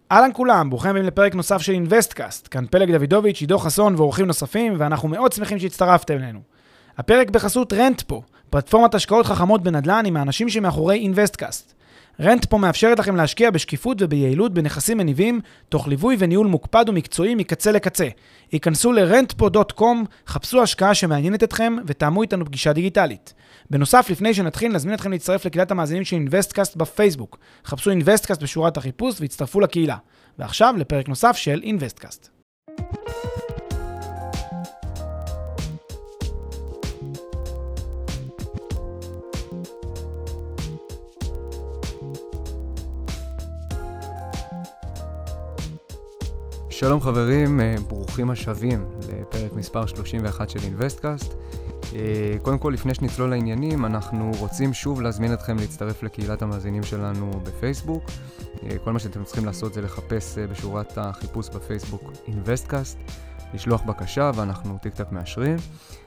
אהלן כולם, ברוכים הבאים לפרק נוסף של אינבסטקאסט. כאן פלג דוידוביץ', עידו חסון ואורחים נוספים, ואנחנו מאוד שמחים שהצטרפתם אלינו. הפרק בחסות רנטפו, פלטפורמת השקעות חכמות בנדל"ן עם האנשים שמאחורי אינבסטקאסט. רנטפו מאפשרת לכם להשקיע בשקיפות וביעילות בנכסים מניבים, תוך ליווי וניהול מוקפד ומקצועי מקצה לקצה. היכנסו ל-rentpo.com, חפשו השקעה שמעניינת אתכם ותאמו איתנו פגישה דיגיטלית. בנוסף, לפני שנתחיל, נזמין אתכם להצטרף לקהילת המאזינים של אינבסטקאסט בפייסבוק. חפשו אינבסטקאסט בשורת החיפוש והצטרפו לקהילה. ועכשיו לפרק נוסף של אינבסטקאסט. שלום חברים, ברוכים השבים לפרק מספר 31 של אינבסטקאסט. קודם כל, לפני שנצלול לעניינים, אנחנו רוצים שוב להזמין אתכם להצטרף לקהילת המאזינים שלנו בפייסבוק. כל מה שאתם צריכים לעשות זה לחפש בשורת החיפוש בפייסבוק אינבסטקאסט, לשלוח בקשה ואנחנו טיק-טק מאשרים.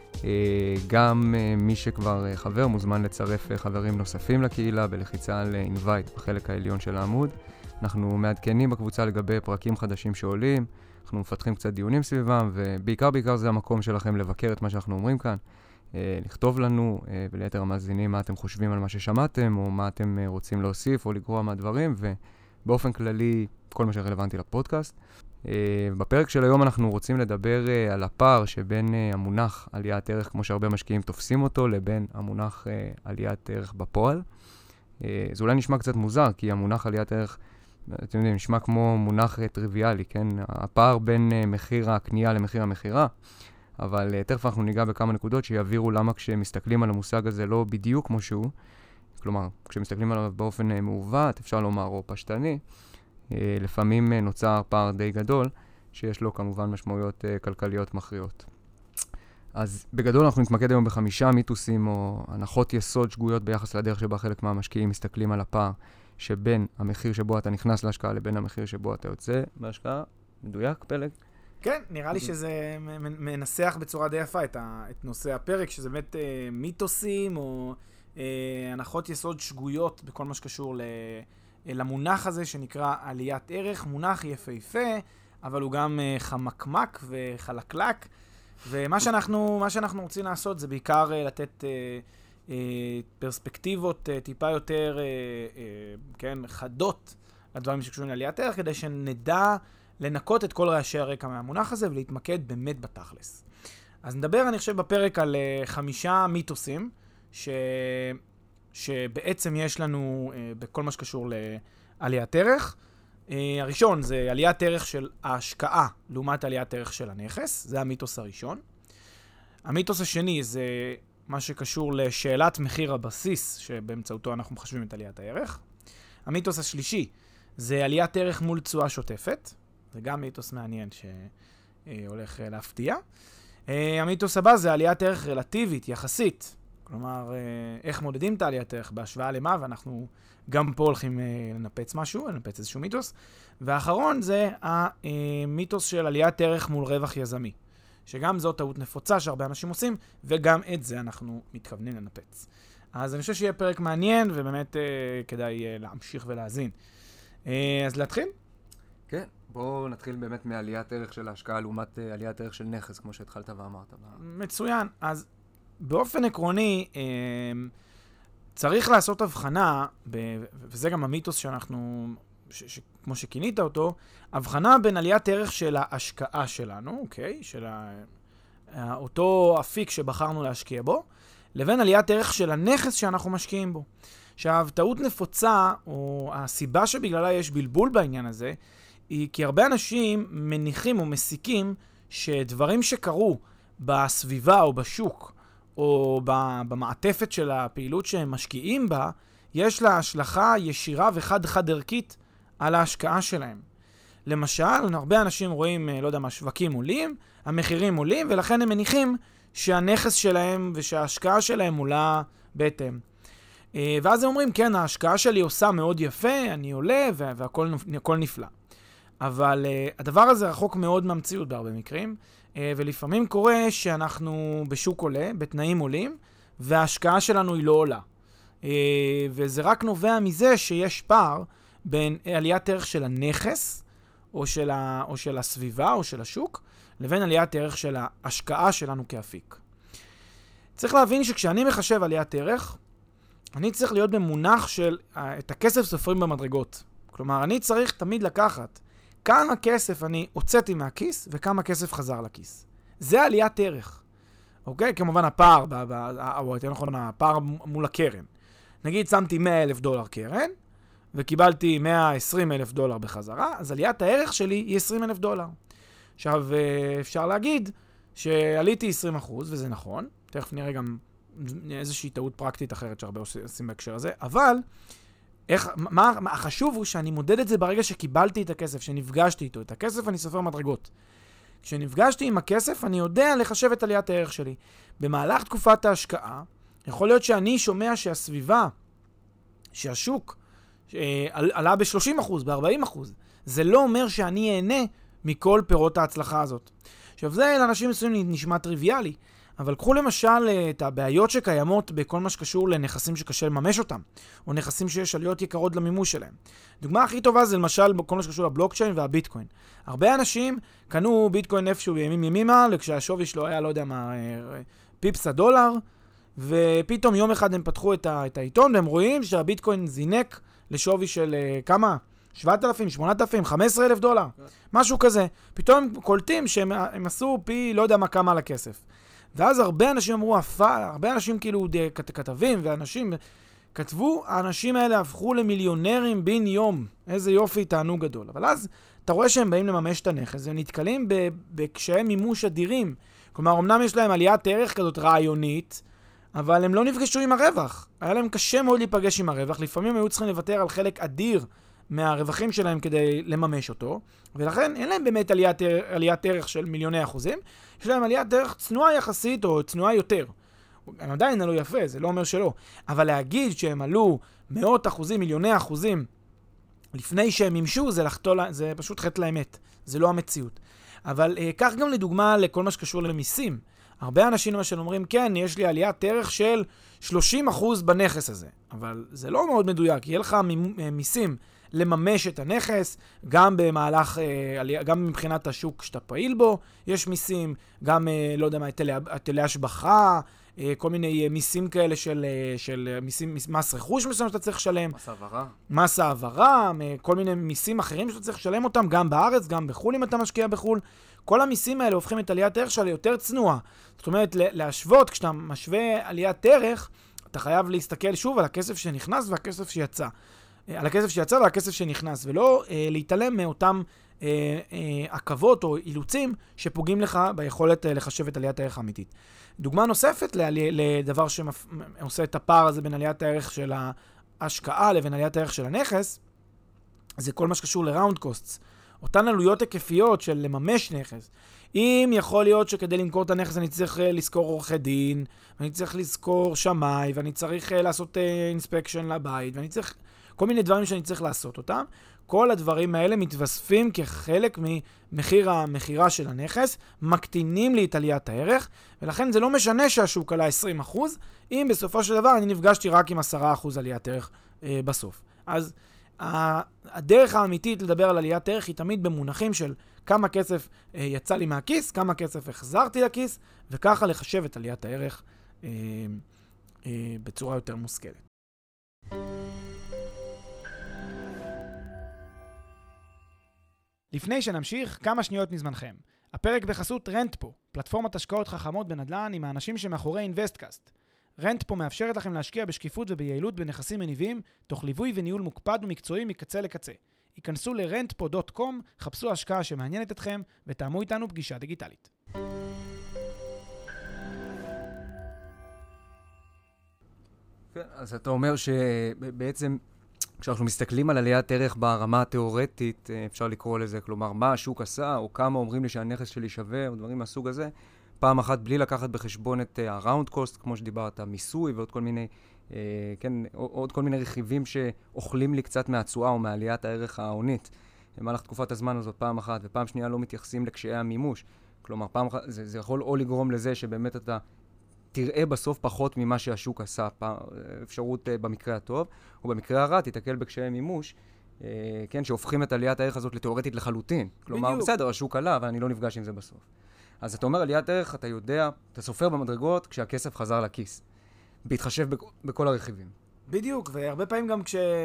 גם מי שכבר חבר מוזמן לצרף חברים נוספים לקהילה בלחיצה על invite בחלק העליון של העמוד. אנחנו מעדכנים בקבוצה לגבי פרקים חדשים שעולים, אנחנו מפתחים קצת דיונים סביבם, ובעיקר זה המקום שלכם לבקר את מה שאנחנו אומרים כאן, לכתוב לנו וליתר המאזינים מה אתם חושבים על מה ששמעתם, או מה אתם רוצים להוסיף או לגרוע מהדברים, ובאופן כללי כל מה שרלוונטי לפודקאסט. בפרק של היום אנחנו רוצים לדבר על הפער שבין המונח עליית ערך, כמו שהרבה משקיעים תופסים אותו, לבין המונח עליית ערך בפועל. זה אולי נשמע קצת מוזר, כי המונח עליית ערך, אתם יודעים, נשמע כמו מונח טריוויאלי, כן? הפער בין מחיר הקנייה למחיר המחירה, אבל תכף אנחנו ניגע בכמה נקודות שיעבירו למה כשמסתכלים על המושג הזה לא בדיוק כמו שהוא, כלומר, כשמסתכלים עליו באופן מעוות, אפשר לומר, או פשטני, לפעמים נוצר פער די גדול, שיש לו כמובן משמעויות כלכליות מכריעות. אז בגדול אנחנו נתמקד היום ב5 מיתוסים או הנחות יסוד שגויות ביחס לדרך שבה חלק מהמשקיעים מסתכלים על הפער שבין המחיר שבו אתה נכנס להשקעה לבין המחיר שבו אתה יוצא בהשקעה. מדויק, פלג? כן, נראה לי שזה מנסח בצורה די יפה את נושא הפרק, שזה באמת מיתוסים או הנחות יסוד שגויות בכל מה שקשור למונח הזה שנקרא עליית ערך. מונח יפהפה, אבל הוא גם חמקמק וחלקלק. ומה שאנחנו רוצים לעשות זה בעיקר לתת פרספקטיבות טיפה יותר חדות לדברים שקשורים לעליית ערך, כדי שנדע לנקות את כל רעשי הרקע מהמונח הזה ולהתמקד באמת בתכלס. אז נדבר, אני חושב, בפרק על 5 מיתוסים שבעצם יש לנו בכל מה שקשור לעליית ערך. הראשון זה עליית ערך של ההשקעה לעומת עליית ערך של הנכס, זה המיתוס הראשון. המיתוס השני זה מה שקשור לשאלת מחיר הבסיס, שבאמצעותו אנחנו מחשבים את עליית הערך. המיתוס השלישי זה עליית ערך מול תשואה שוטפת, זה גם מיתוס מעניין שהולך להפתיע. המיתוס הבא זה עליית ערך רלטיבית, יחסית, כלומר איך מודדים את עליית ערך בהשוואה למה, ואנחנו גם פה הולכים לנפץ איזשהו מיתוס. והאחרון זה המיתוס של עליית ערך מול רווח יזמי, שגם זו טעות נפוצה שהרבה אנשים עושים, וגם את זה אנחנו מתכוונים לנפץ. אז אני חושב שיהיה פרק מעניין, ובאמת כדאי להמשיך ולהזין. אז להתחיל? כן, בואו נתחיל באמת מעליית ערך של ההשקעה לעומת עליית ערך של נכס, כמו שהתחלת ואמרת. מצוין. אז באופן עקרוני, צריך לעשות הבחנה, וזה גם המיתוס שאנחנו, כמו שכינית אותו, הבחנה בין עליית ערך של ההשקעה שלנו, אוקיי? של אותו אפיק שבחרנו להשקיע בו, לבין עליית ערך של הנכס שאנחנו משקיעים בו. עכשיו, טעות נפוצה, או הסיבה שבגללה יש בלבול בעניין הזה, היא כי הרבה אנשים מניחים או מסיקים שדברים שקרו בסביבה או בשוק, או במעטפת של הפעילות שהם משקיעים בה, יש לה השלכה ישירה וחד ערכית על ההשקעה שלהם. למשל, הרבה אנשים רואים, לא יודע מה, שווקים עולים, המחירים עולים, ולכן הם מניחים שהנכס שלהם ושההשקעה שלהם עולה בהתאם. ואז הם אומרים, כן, ההשקעה שלי עושה מאוד יפה, אני עולה והכל נפלא. אבל הדבר הזה רחוק מאוד מהמציאות בהרבה מקרים, ולפעמים קורה שאנחנו בשוק עולה, בתנאים עולים, וההשקעה שלנו היא לא עולה. וזה רק נובע מזה שיש פער בין עליית ערך של הנכס או של הסביבה או של השוק, לבין עליית ערך של ההשקעה שלנו כאפיק. צריך להבין שכשאני מחשב עליית ערך, אני צריך להיות במונח של את הכסף סופרים במדרגות. כלומר, אני צריך תמיד לקחת כמה כסף אני הוצאתי מהכיס וכמה כסף חזר לכיס. זה עליית ערך. אוקיי? כמובן הפער, או יותר נכון, הפער מול הקרן. נגיד, שמתי $100,000 קרן, וקיבלתי $120,000 בחזרה, אז עליית הערך שלי היא $20,000. עכשיו, אפשר להגיד שעליתי 20%, וזה נכון. תכף נראה גם איזושהי טעות פרקטית אחרת שהרבה עושים בהקשר הזה, אבל החשוב הוא שאני מודד את זה ברגע שקיבלתי את הכסף, שנפגשתי איתו. את הכסף אני סופר מדרגות. כשנפגשתי עם הכסף, אני יודע לחשב את עליית הערך שלי. במהלך תקופת ההשקעה, יכול להיות שאני שומע שהסביבה, שהשוק, עלה ב-30%, ב-40%. זה לא אומר שאני אהנה מכל פירות ההצלחה הזאת. עכשיו, זה לאנשים מסוימים נשמע טריוויאלי, אבל קחו למשל את הבעיות שקיימות בכל מה שקשור לנכסים שקשה לממש אותם, או נכסים שיש עלויות יקרות למימוש שלהם. דוגמה הכי טובה זה למשל כל מה שקשור לבלוקצ'יין והביטקוין. הרבה אנשים קנו ביטקוין איפשהו בימים ימימה, כשהשווי שלו היה, לא יודע מה, פיפס הדולר, ופתאום יום אחד הם פתחו את העיתון, והם רואים שהביטקוין זינק לשווי של כמה? 7,000, 8,000, 15,000 דולר, משהו כזה. פתאום הם קולטים שהם עשו פי לא יודע מה כמה על הכסף. ואז הרבה אנשים אמרו, הרבה אנשים כאילו כתבים ואנשים כתבו, האנשים האלה הפכו למיליונרים בין יום. איזה יופי, תענוג גדול. אבל אז אתה רואה שהם באים לממש את הנכס, הם נתקלים בקשיי מימוש אדירים. כלומר, אמנם יש להם עליית ערך כזאת רעיונית, אבל הם לא נפגשו עם הרווח. היה להם קשה מאוד להיפגש עם הרווח, לפעמים היו צריכים לוותר על חלק אדיר מהרווחים שלהם כדי לממש אותו, ולכן אין להם באמת עליית ערך של מיליוני אחוזים, יש להם עליית ערך צנועה יחסית או צנועה יותר. הם עדיין עלו יפה, זה לא אומר שלא. אבל להגיד שהם עלו מאות אחוזים, מיליוני אחוזים, לפני שהם ימשו, זה פשוט חטא לאמת. זה לא המציאות. אבל כך גם לדוגמה לכל מה שקשור למיסים. הרבה אנשים למשל אומרים, כן, יש לי עליית ערך של 30% בנכס הזה. אבל זה לא מאוד מדויק, יהיה לך מיסים לממש את הנכס, גם במהלך, גם מבחינת השוק שאתה פעיל בו, יש מיסים, גם, לא יודע מה, היטלי השבחה, כל מיני מיסים כאלה של מיסים, מס רכוש מסוים שאתה צריך לשלם. מס העברה, כל מיני מיסים אחרים שאתה צריך לשלם אותם, גם בארץ, גם בחול אם אתה משקיע בחול. כל המיסים האלה הופכים את עליית ערך שלה יותר צנועה. זאת אומרת, להשוות, כשאתה משווה עליית ערך, אתה חייב להסתכל שוב על הכסף שנכנס והכסף שיצא. על הכסף שיצא והכסף שנכנס, ולא להתעלם מאותם עקבות או אילוצים שפוגעים לך ביכולת לחשב את עליית הערך האמיתית. דוגמה נוספת לדבר שעושה את הפער הזה בין עליית הערך של ההשקעה לבין עליית הערך של הנכס, זה כל מה שקשור לראונד קוסטס. אותן עלויות היקפיות של לממש נכס. אם יכול להיות שכדי למכור את הנכס אני צריך לזכור עורכי דין, ואני צריך לזכור שמאי, ואני צריך לעשות אינספקשן לבית, ואני צריך כל מיני דברים שאני צריך לעשות אותם. כל הדברים האלה מתווספים כחלק ממחיר המחירה של הנכס, מקטינים לי את עליית הערך, ולכן זה לא משנה שהשוק עלה 20%, אם בסופו של דבר אני נפגשתי רק עם 10% עליית ערך בסוף. אז הדרך האמיתית לדבר על עליית ערך היא תמיד במונחים של כמה כסף יצא לי מהכיס, כמה כסף החזרתי לכיס, וככה לחשב את עליית הערך בצורה יותר מושכלת. לפני שנמשיך, כמה שניות מזמנכם. הפרק בחסות רנטפו, פלטפורמת השקעות חכמות בנדל"ן עם האנשים שמאחורי אינבסטקאסט. רנטפו מאפשרת לכם להשקיע בשקיפות וביעילות בנכסים מניבים, תוך ליווי וניהול מוקפד ומקצועי מקצה לקצה. היכנסו ל-rentpo.com, חפשו השקעה שמעניינת אתכם ותאמו איתנו פגישה דיגיטלית. כן, אז אתה אומר שבעצם כשאנחנו מסתכלים על עליית ערך ברמה התיאורטית, אפשר לקרוא לזה, כלומר, מה השוק עשה, או כמה אומרים לי שהנכס שלי שווה, או דברים מהסוג הזה, פעם אחת בלי לקחת בחשבון את ה-round cost, כמו שדיברת, מיסוי ועוד כל מיני, כן, עוד כל מיני רכיבים שאוכלים לי קצת מהתשואה או מעליית הערך ההונית. במהלך תקופת הזמן הזאת פעם אחת, ופעם שנייה לא מתייחסים לקשיי המימוש. כלומר, פעם אחת, זה יכול או לגרום לזה שבאמת אתה תראה בסוף פחות ממה שהשוק עשה, אפשרות במקרה הטוב, או במקרה הרע תתקל בקשיי מימוש, כן, שהופכים את עליית הערך הזאת לתיאורטית לחלוטין. כלומר, בסדר, השוק עלה, אבל אני לא נפגש עם זה בסוף. אז אתה אומר, עליית ערך, אתה יודע, אתה סופר במדרגות כשהכסף חזר לכיס. בהתחשב בכל הרכיבים. בדיוק, והרבה פעמים גם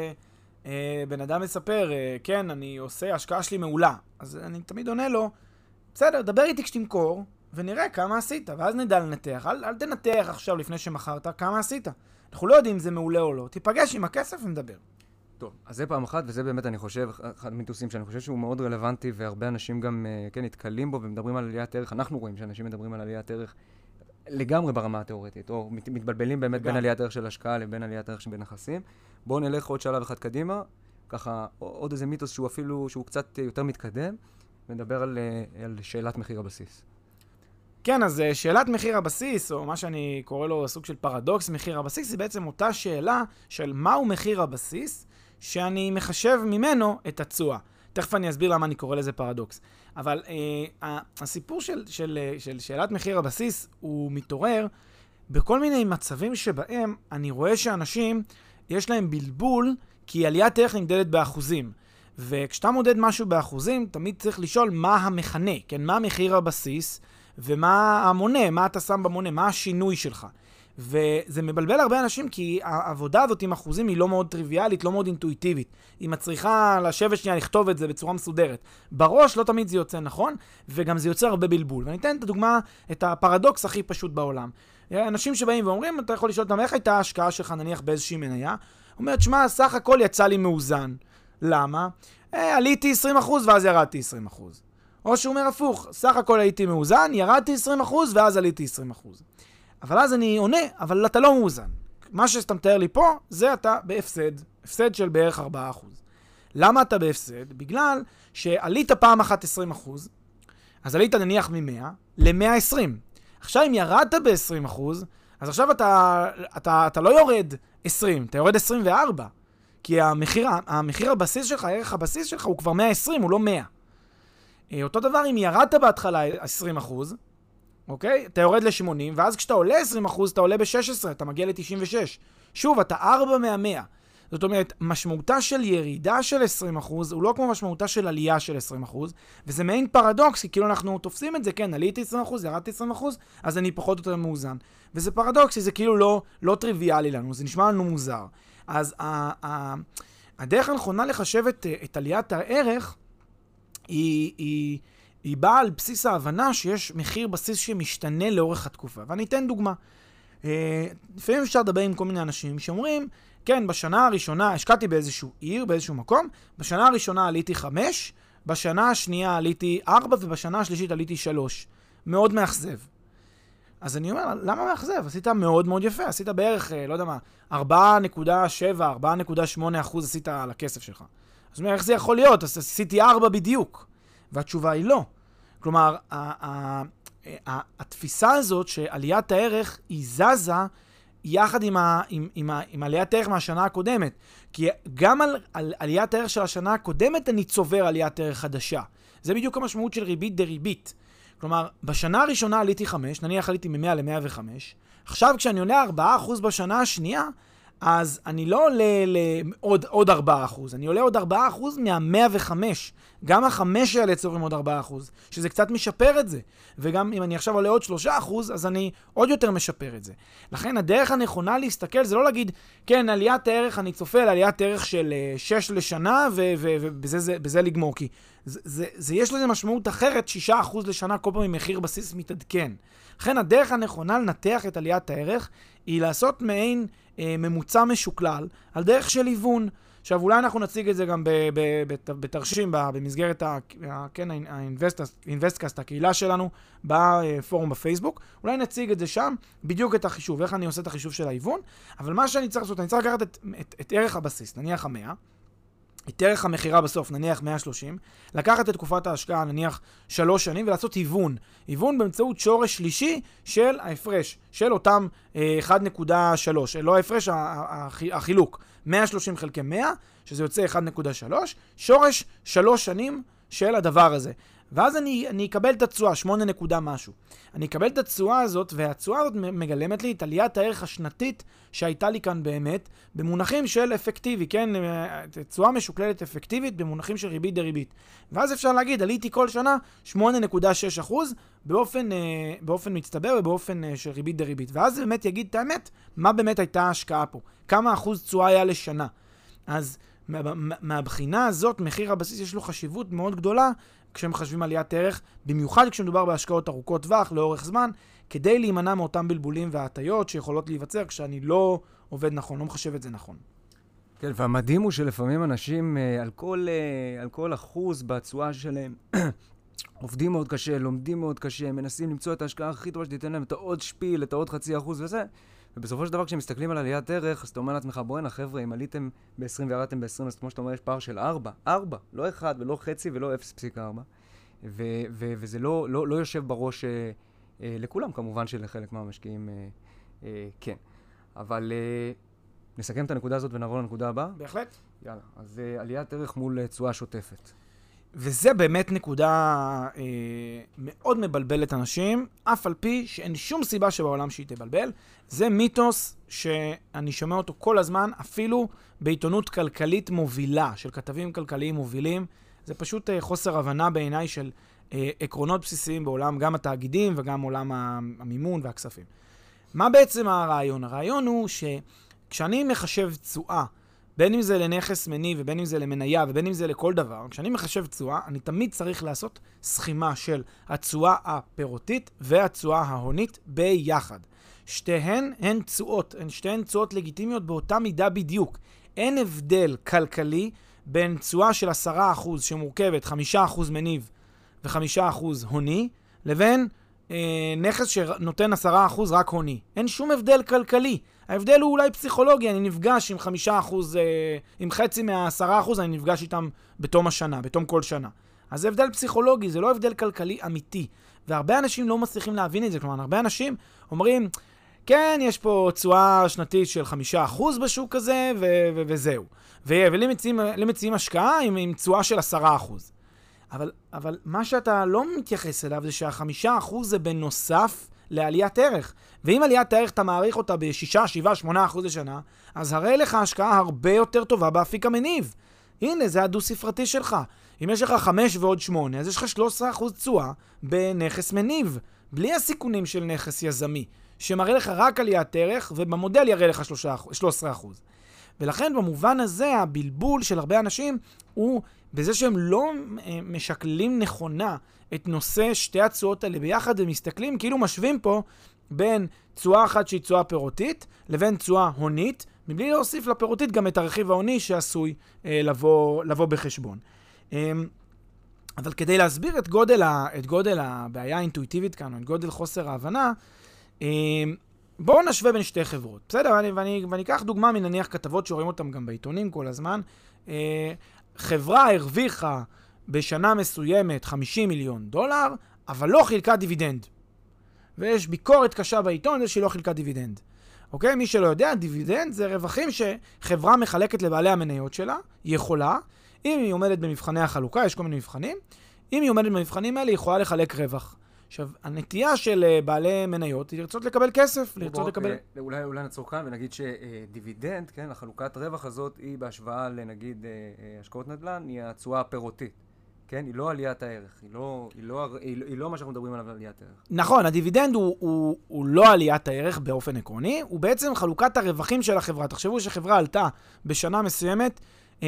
כשבן אדם מספר, כן, אני עושה, השקעה שלי מעולה, אז אני תמיד עונה לו, בסדר, דבר איתי כשתמכור, ונראה כמה עשית, ואז נדע לנתח. אל תנתח עכשיו לפני שמכרת כמה עשית. אנחנו לא יודעים אם זה מעולה או לא. תיפגש עם הכסף ונדבר. טוב, אז זה פעם אחת, וזה באמת, אני חושב, אחד המיתוסים שאני חושב שהוא מאוד רלוונטי, והרבה אנשים גם, כן, נתקלים בו ומדברים על עליית ערך. אנחנו רואים שאנשים מדברים על עליית ערך לגמרי ברמה התיאורטית, או מתבלבלים באמת בין עליית ערך של השקעה לבין עליית ערך שבין נכסים. בואו נלך עוד שלב אחד קדימה, ככה עוד איזה מיתוס שהוא אפילו, שהוא קצת יותר מתקדם, ונדבר על שאלת מחיר הבסיס. כן, אז שאלת מחיר הבסיס, או מה שאני קורא לו סוג של פרדוקס מחיר הבסיס, היא בעצם אותה שאלה של מהו מחיר הבסיס, שאני מחשב ממנו את התשואה. תכף אני אסביר למה אני קורא לזה פרדוקס. אבל הסיפור של שאלת מחיר הבסיס הוא מתעורר בכל מיני מצבים שבהם אני רואה שאנשים יש להם בלבול, כי עליית ערך נמדדת באחוזים. וכשאתה מודד משהו באחוזים, תמיד צריך לשאול מה המכנה, כן? מה מחיר הבסיס ומה המונה, מה אתה שם במונה, מה השינוי שלך. וזה מבלבל הרבה אנשים כי העבודה הזאת עם אחוזים היא לא מאוד טריוויאלית, לא מאוד אינטואיטיבית. היא מצריכה לשבת שנייה לכתוב את זה בצורה מסודרת. בראש לא תמיד זה יוצא נכון, וגם זה יוצר הרבה בלבול. ואני אתן את הדוגמה, את הפרדוקס הכי פשוט בעולם. אנשים שבאים ואומרים, אתה יכול לשאול אותם, איך הייתה ההשקעה שלך נניח באיזושהי מניה? אומרת, שמה, סך הכל יצא לי מאוזן. למה? עליתי 20% ואז ירדתי 20%. או שהוא אומר הפוך, סך הכל הייתי מאוזן, ירדתי 20% ואז עליתי 20%. אבל אז אני עונה, אבל אתה לא מאוזן. מה שאתה מתאר לי פה, זה אתה בהפסד, הפסד של בערך 4%. למה אתה בהפסד? בגלל שעלית פעם אחת 20%, אז עלית נניח מ-100 ל-120. עכשיו אם ירדת ב-20%, אז עכשיו אתה לא יורד 20, אתה יורד 24. כי המחיר הבסיס שלך, הערך הבסיס שלך הוא כבר 120, הוא לא 100. אותו דבר אם ירדת בהתחלה 20%, אוקיי? אתה יורד ל-80, ואז כשאתה עולה 20%, אתה עולה ב-16, אתה מגיע ל-96. שוב, אתה 4 מה-100. זאת אומרת, משמעותה של ירידה של 20% הוא לא כמו משמעותה של עלייה של 20%, וזה מעין פרדוקס, כי כאילו אנחנו תופסים את זה, כן, עליתי 20%, ירדתי 20%, אז אני פחות או יותר מאוזן. וזה פרדוקסי, זה כאילו לא טריוויאלי לנו, זה נשמע לנו מוזר. אז הדרך הנכונה לחשב את עליית הערך היא באה על בסיס ההבנה שיש מחיר בסיס שמשתנה לאורך התקופה. ואני אתן דוגמה. לפעמים אפשר לדבר עם כל מיני אנשים שאומרים, כן, בשנה הראשונה, השקעתי באיזשהו עיר, באיזשהו מקום, בשנה הראשונה עליתי 5, בשנה השנייה עליתי 4, ובשנה השלישית עליתי 3. מאוד מאכזב. אז אני אומר, למה מאכזב? עשית מאוד מאוד יפה, עשית בערך, לא יודע מה, 4.7, 4.8% עשית על הכסף שלך. אז אומר, איך זה יכול להיות? אז עשיתי 4 בדיוק. והתשובה היא לא. כלומר, התפיסה הזאת שעליית הערך היא זזה יחד עם עליית הערך מהשנה הקודמת. כי גם על עליית הערך של השנה הקודמת אני צובר עליית ערך חדשה. זה בדיוק המשמעות של ריבית דריבית. כלומר, בשנה הראשונה עליתי 5, נניח עליתי מ-100 ל-105. עכשיו כשאני עולה 4% בשנה השנייה, אז אני לא עולה עוד 4%, אני עולה עוד 4% מה-105. גם ה-5 האלה צוברים עוד 4%, שזה קצת משפר את זה. וגם אם אני עכשיו עולה עוד 3%, אז אני עוד יותר משפר את זה. לכן הדרך הנכונה להסתכל זה לא להגיד, כן, עליית הערך, אני צופה על עליית ערך של 6 לשנה, ובזה לגמור. כי יש לזה משמעות אחרת, 6% לשנה, כל פעם עם מחיר בסיס מתעדכן. לכן הדרך הנכונה לנתח את עליית הערך, היא לעשות מעין ממוצע משוקלל, על דרך של היוון. עכשיו, אולי אנחנו נציג את זה גם בתרשים, במסגרת האינבסטקאסט, הקהילה שלנו, בפורום בפייסבוק. אולי נציג את זה שם, בדיוק את החישוב, איך אני עושה את החישוב של ההיוון. אבל מה שאני צריך לעשות, אני צריך לקחת את ערך הבסיס, נניח 100, את ערך המחירה בסוף, נניח 130, לקחת את תקופת ההשקעה, נניח 3 שנים, ולעשות היוון. היוון באמצעות שורש שלישי של ההפרש, של אותם 1.3, לא ההפרש, החילוק. 130 חלקי 100, שזה יוצא 1.3, שורש 3 שנים של הדבר הזה. ואז אני אקבל את התשואה, 8 נקודה משהו. אני אקבל את התשואה הזאת, והתשואה הזאת מגלמת לי את עליית הערך השנתית שהייתה לי כאן באמת, במונחים של אפקטיבי, כן? תשואה משוקללת אפקטיבית במונחים של ריבית דריבית. ואז אפשר להגיד, עליתי כל שנה 8.6% באופן מצטבר ובאופן של ריבית דריבית. ואז זה באמת יגיד את האמת, מה באמת הייתה ההשקעה פה. כמה אחוז תשואה היה לשנה. אז מהבחינה הזאת, מחיר הבסיס יש לו חשיבות מאוד גדולה, כשמחשבים עליית ערך, במיוחד כשמדובר בהשקעות ארוכות טווח, לאורך זמן, כדי להימנע מאותם בלבולים וההטיות שיכולות להיווצר כשאני לא עובד נכון, לא מחשב את זה נכון. כן, והמדהים הוא שלפעמים אנשים על כל אחוז בתשואה שלהם עובדים מאוד קשה, לומדים מאוד קשה, מנסים למצוא את ההשקעה הכי טובה שתיתן להם את העוד שפיל, את העוד 0.5% וזה. ובסופו של דבר כשהם מסתכלים על עליית ערך, אז אתה אומר לעצמך, בואנה חבר'ה, אם עליתם ב-20 וירדתם ב-20, אז כמו שאתה אומר, יש פער של 4, לא 1 ולא חצי ולא 0.4. וזה לא יושב בראש לכולם, כמובן שלחלק מהמשקיעים כן. אבל נסכם את הנקודה הזאת ונעבור לנקודה הבאה? בהחלט. יאללה, אז עליית ערך מול תשואה שוטפת. וזה באמת נקודה מאוד מבלבלת אנשים, אף על פי שאין שום סיבה שבעולם שהיא תבלבל. זה מיתוס שאני שומע אותו כל הזמן, אפילו בעיתונות כלכלית מובילה, של כתבים כלכליים מובילים. זה פשוט חוסר הבנה בעיניי של עקרונות בסיסיים בעולם, גם התאגידים וגם עולם המימון והכספים. מה בעצם הרעיון? הרעיון הוא שכשאני מחשב תשואה, בין אם זה לנכס מניב ובין אם זה למניה ובין אם זה לכל דבר, כשאני מחשב תשואה, אני תמיד צריך לעשות סכימה של התשואה הפירותית והתשואה ההונית ביחד. שתיהן הן תשואות, שתיהן תשואות לגיטימיות באותה מידה בדיוק. אין הבדל כלכלי בין תשואה של 10% שמורכבת 5% מניב ו5% הוני, לבין נכס שנותן 10% רק הוני. אין שום הבדל כלכלי. ההבדל הוא אולי פסיכולוגי, אני נפגש עם 5%, עם חצי מה10%, אני נפגש איתם בתום השנה, בתום כל שנה. אז זה הבדל פסיכולוגי, זה לא הבדל כלכלי אמיתי. והרבה אנשים לא מצליחים להבין את זה, כלומר, הרבה אנשים אומרים, כן, יש פה תשואה שנתית של 5% בשוק הזה, וזהו. ולי מציעים השקעה עם תשואה של 10%. אבל מה שאתה לא מתייחס אליו זה שה5% זה בנוסף לעליית ערך. ואם עליית הערך אתה מעריך אותה ב6, 7, 8% לשנה, אז הרי לך השקעה הרבה יותר טובה באפיק המניב. הנה, זה הדו ספרתי שלך. אם יש לך 5 ועוד 8, אז יש לך 13% תשואה בנכס מניב, בלי הסיכונים של נכס יזמי, שמראה לך רק עליית ערך, ובמודל יראה לך 13%. ולכן במובן הזה, הבלבול של הרבה אנשים הוא בזה שהם לא משקלים נכונה את נושא שתי התשואות האלה ביחד, ומסתכלים כאילו משווים פה בין תשואה אחת שהיא תשואה פירותית, לבין תשואה הונית, מבלי להוסיף לפירותית גם את הרכיב ההוני שעשוי לבוא בחשבון. אבל כדי להסביר את גודל הבעיה האינטואיטיבית כאן, או את גודל חוסר ההבנה, בואו נשווה בין שתי חברות. בסדר? ואני אקח דוגמה מנניח כתבות שרואים אותם גם בעיתונים כל הזמן. חברה הרוויחה בשנה מסוימת $50 מיליון, אבל לא חילקה דיבידנד. ויש ביקורת קשה בעיתון זה שהיא לא חילקה דיבידנד. אוקיי? מי שלא יודע, דיבידנד זה רווחים שחברה מחלקת לבעלי המניות שלה, היא יכולה, אם היא עומדת במבחני החלוקה, יש כל מיני מבחנים, אם היא עומדת במבחנים האלה, היא יכולה לחלק רווח. עכשיו, הנטייה של בעלי מניות היא לרצות לקבל כסף, לרצות לקבל... אולי נעצור כאן ונגיד שדיבידנד, כן, החלוקת רווח הזאת היא בהשוואה לנגיד השקעות נדל"ן, היא התשואה הפירותית. כן, היא לא עליית הערך, היא לא מה שאנחנו מדברים עליו עליית הערך. נכון, הדיבידנד הוא לא עליית הערך באופן עקרוני, הוא בעצם חלוקת הרווחים של החברה. תחשבו שחברה עלתה בשנה מסוימת,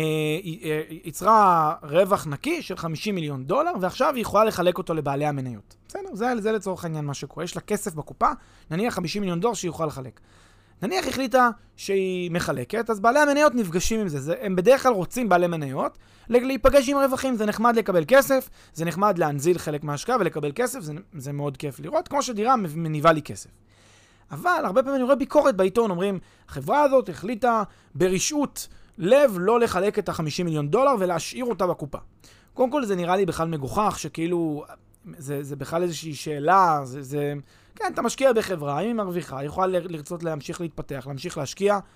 יצרה רווח נקי של $50 מיליון, ועכשיו היא יכולה לחלק אותו לבעלי המניות. בסדר, זה לצורך העניין מה שקורה. יש לה כסף בקופה, נניח $50 מיליון שהיא יכולה לחלק. נניח החליטה שהיא מחלקת, אז בעלי המניות נפגשים עם זה. הם בדרך כלל רוצים בעלי מניות להיפגש עם רווחים. זה נחמד לקבל כסף, זה נחמד להנזיל חלק מההשקעה ולקבל כסף, זה מאוד כיף לראות, כמו שדירה מניבה לי כסף. אבל הרבה פעמים אני רואה ביקורת בעיתון, אומרים, החברה הזאת החליטה ברשעות לב לא לחלק את $50 מיליון ולהשאיר אותה בקופה. קודם כל זה נראה לי בכלל מגוחך, שכאילו זה בכלל איזושהי שאלה, כן, אתה משקיע בחברה, אם היא מרוויחה, היא יכולה לרצות להמשיך להתפתח, להמשיך להשקיע,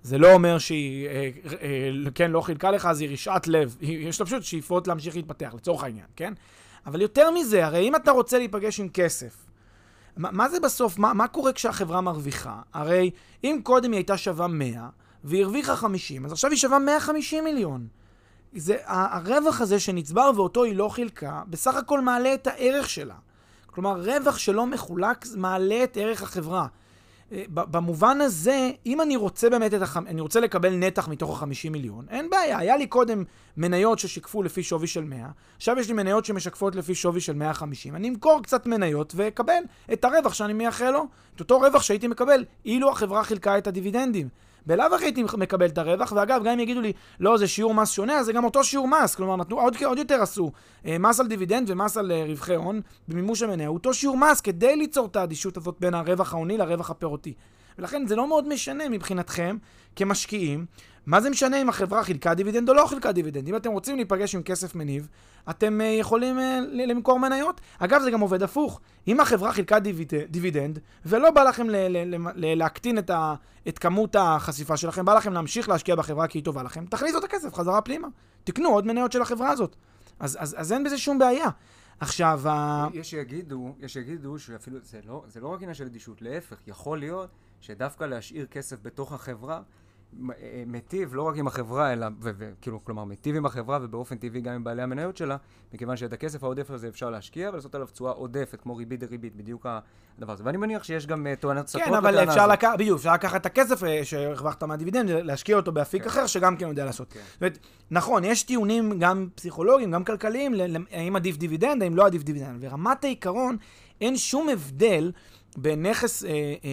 זה לא אומר שהיא, כן, לא חילקה לך, אז היא רשעת לב. יש לה פשוט שאיפות להמשיך להתפתח, לצורך העניין, כן? אבל יותר מזה, הרי אם אתה רוצה להיפגש עם כסף, מה זה בסוף? מה קורה כשהחברה מרוויחה? הרי אם קודם היא הייתה שווה 100, והיא הרוויחה 50, אז עכשיו היא שווה 150 מיליון. זה, הרווח הזה שנצבר ואותו היא לא חילקה, בסך הכל מעלה את הערך שלה. כלומר, רווח שלא מחולק מעלה את ערך החברה. במובן הזה, אם אני רוצה באמת אני רוצה לקבל נתח מתוך ה-50 מיליון, אין בעיה. היה לי קודם מניות ששיקפו לפי שווי של 100, עכשיו יש לי מניות שמשקפות לפי שווי של 150. אני אמכור קצת מניות ואקבל את הרווח שאני מייחל לו, את אותו רווח שהייתי מקבל, אילו החברה חילקה את הדיבידנדים. בלאו הכי הייתי מקבל את הרווח, ואגב, גם אם יגידו לי, לא, זה שיעור מס שונה, אז זה גם אותו שיעור מס. כלומר, נתנו, עוד יותר עשו מס על דיבידנד ומס על רווחי הון במימוש המניה. אותו שיעור מס כדי ליצור את האדישות הזאת בין הרווח ההוני לרווח הפירותי. ולכן זה לא מאוד משנה מבחינתכם, כמשקיעים, מה זה משנה אם החברה חילקה דיבידנד או לא חילקה דיבידנד. אם אתם רוצים להיפגש עם כסף מניב, אתם יכולים למכור מניות. אגב, זה גם עובד הפוך. אם החברה חילקה דיבידנד, ולא בא לכם להקטין את כמות החשיפה שלכם, בא לכם להמשיך להשקיע בחברה כי היא טובה לכם, תכניסו את הכסף חזרה פנימה. תקנו עוד מניות של החברה הזאת. אז אין בזה שום בעיה. עכשיו, יש שיגידו שאפילו זה לא רק עניין של אדישות, להפך, יכול להיות שדווקא להשאיר כסף בתוך החברה, מטיב לא רק עם החברה, אלא, כלומר, מטיב עם החברה ובאופן טבעי גם עם בעלי המניות שלה, מכיוון שאת הכסף העודף הזה אפשר להשקיע ולעשות עליו תשואה עודפת, כמו ריבית דריבית, בדיוק הדבר הזה. ואני מניח שיש גם טוענות סתרות. כן, אבל אפשר לקחת את הכסף שהרווחת מהדיבידנד, להשקיע אותו באפיק אחר, שגם כן יודע לעשות. זאת אומרת, נכון, יש טיעונים גם פסיכולוגיים, גם כלכליים, האם עדיף דיבידנד, האם לא עדיף דיבידנד. ורמת העיקרון, אין שום הבדל בין נכס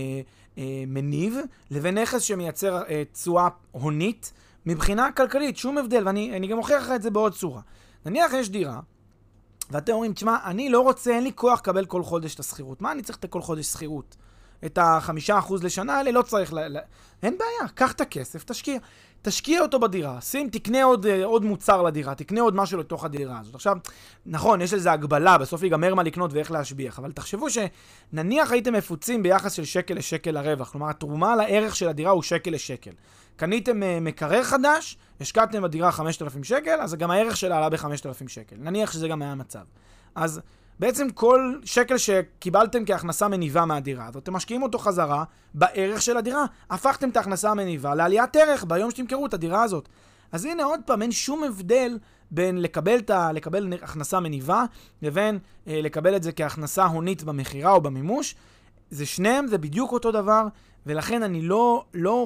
מניב לבין נכס שמייצר תשואה הונית מבחינה כלכלית, שום הבדל, ואני גם מוכיח לך את זה בעוד צורה. נניח יש דירה, ואתם אומרים, תשמע, אני לא רוצה, אין לי כוח לקבל כל חודש את הסחירות. מה אני צריך את כל חודש סחירות? את ה5% לשנה האלה לא צריך, אין בעיה, קח את הכסף, תשקיע אותו בדירה, תקנה עוד מוצר לדירה, תקנה עוד משהו לתוך הדירה הזאת. עכשיו, נכון, יש לזה הגבלה, בסוף ייגמר מה לקנות ואיך להשביח, אבל תחשבו שנניח הייתם מפוצים ביחס של שקל לשקל לרווח, כלומר, התרומה לערך של הדירה הוא שקל לשקל. קניתם מקרר חדש, השקעתם בדירה 5,000 שקל, אז גם הערך שלה עלה ב-5,000 שקל. נניח שזה גם היה המצב. אז בעצם כל שקל שקיבלתם כהכנסה מניבה מהדירה, אז אתם משקיעים אותו חזרה בערך של הדירה. הפכתם את ההכנסה המניבה לעליית ערך ביום שתמכרו את הדירה הזאת. אז הנה עוד פעם, אין שום הבדל בין לקבל הכנסה מניבה, לבין לקבל את זה כהכנסה הונית במחירה או במימוש. זה שניהם, זה בדיוק אותו דבר, ולכן אני לא